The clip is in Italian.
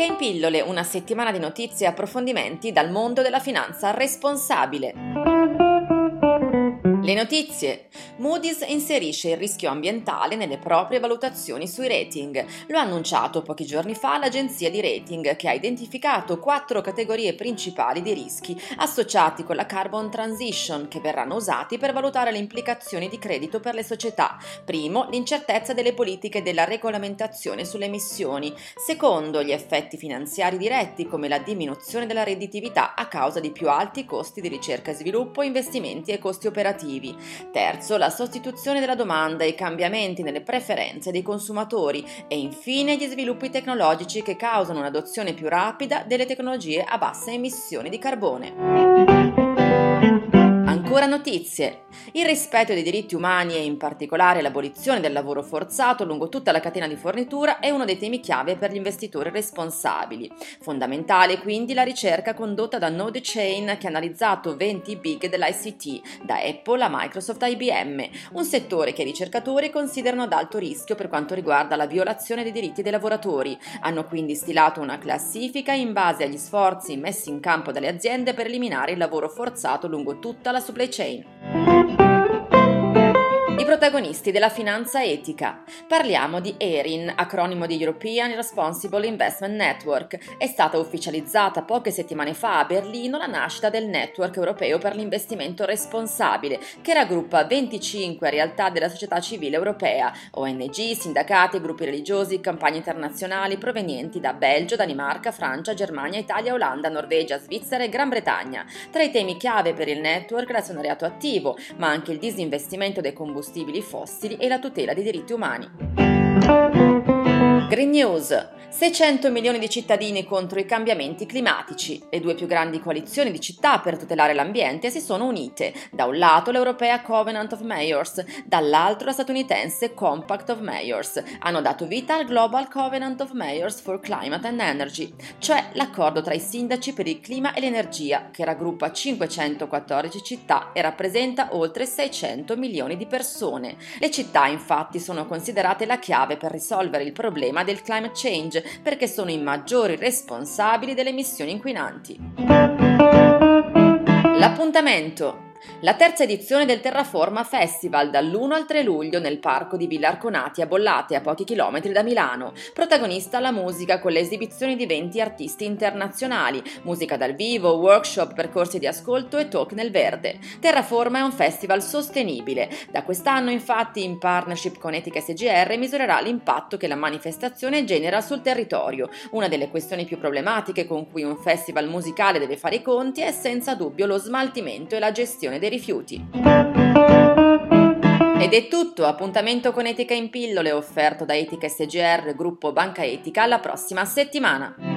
Etica in pillole, una settimana di notizie e approfondimenti dal mondo della finanza responsabile. Le notizie. Moody's inserisce il rischio ambientale nelle proprie valutazioni sui rating. Lo ha annunciato pochi giorni fa l'agenzia di rating, che ha identificato 4 categorie principali di rischi associati con la carbon transition, che verranno usati per valutare le implicazioni di credito per le società. Primo, l'incertezza delle politiche della regolamentazione sulle emissioni. Secondo, gli effetti finanziari diretti, come la diminuzione della redditività a causa di più alti costi di ricerca e sviluppo, investimenti e costi operativi. Terzo, la sostituzione della domanda e i cambiamenti nelle preferenze dei consumatori e infine gli sviluppi tecnologici che causano un'adozione più rapida delle tecnologie a bassa emissione di carbone. Ancora notizie. Il rispetto dei diritti umani e in particolare l'abolizione del lavoro forzato lungo tutta la catena di fornitura è uno dei temi chiave per gli investitori responsabili. Fondamentale quindi la ricerca condotta da NodeChain, che ha analizzato 20 big dell'ICT, da Apple a Microsoft a IBM, un settore che i ricercatori considerano ad alto rischio per quanto riguarda la violazione dei diritti dei lavoratori. Hanno quindi stilato una classifica in base agli sforzi messi in campo dalle aziende per eliminare il lavoro forzato lungo tutta la supply chain. I protagonisti della finanza etica. Parliamo di ERIN, acronimo di European Responsible Investment Network. È stata ufficializzata poche settimane fa a Berlino la nascita del Network Europeo per l'Investimento Responsabile, che raggruppa 25 realtà della società civile europea, ONG, sindacati, gruppi religiosi, campagne internazionali provenienti da Belgio, Danimarca, Francia, Germania, Italia, Olanda, Norvegia, Svizzera e Gran Bretagna. Tra i temi chiave per il network l'azionariato attivo, ma anche il disinvestimento dei combustibili fossili e la tutela dei diritti umani. Green News. 600 milioni di cittadini contro i cambiamenti climatici. Le due più grandi coalizioni di città per tutelare l'ambiente si sono unite. Da un lato l'europea Covenant of Mayors, dall'altro la statunitense Compact of Mayors. Hanno dato vita al Global Covenant of Mayors for Climate and Energy, cioè l'accordo tra i sindaci per il clima e l'energia, che raggruppa 514 città e rappresenta oltre 600 milioni di persone. Le città infatti sono considerate la chiave per risolvere il problema del climate change, perché sono i maggiori responsabili delle emissioni inquinanti. L'appuntamento. La terza edizione del Terraforma Festival dall'1 al 3 luglio nel parco di Villa Arconati a Bollate, a pochi chilometri da Milano. Protagonista la musica con le esibizioni di 20 artisti internazionali, musica dal vivo, workshop, percorsi di ascolto e talk nel verde. Terraforma è un festival sostenibile. Da quest'anno infatti, in partnership con Etica SGR, misurerà l'impatto che la manifestazione genera sul territorio. Una delle questioni più problematiche con cui un festival musicale deve fare i conti è senza dubbio lo smaltimento e la gestione dei rifiuti. Ed è tutto, appuntamento con Etica in pillole offerto da Etica SGR, gruppo Banca Etica, alla prossima settimana.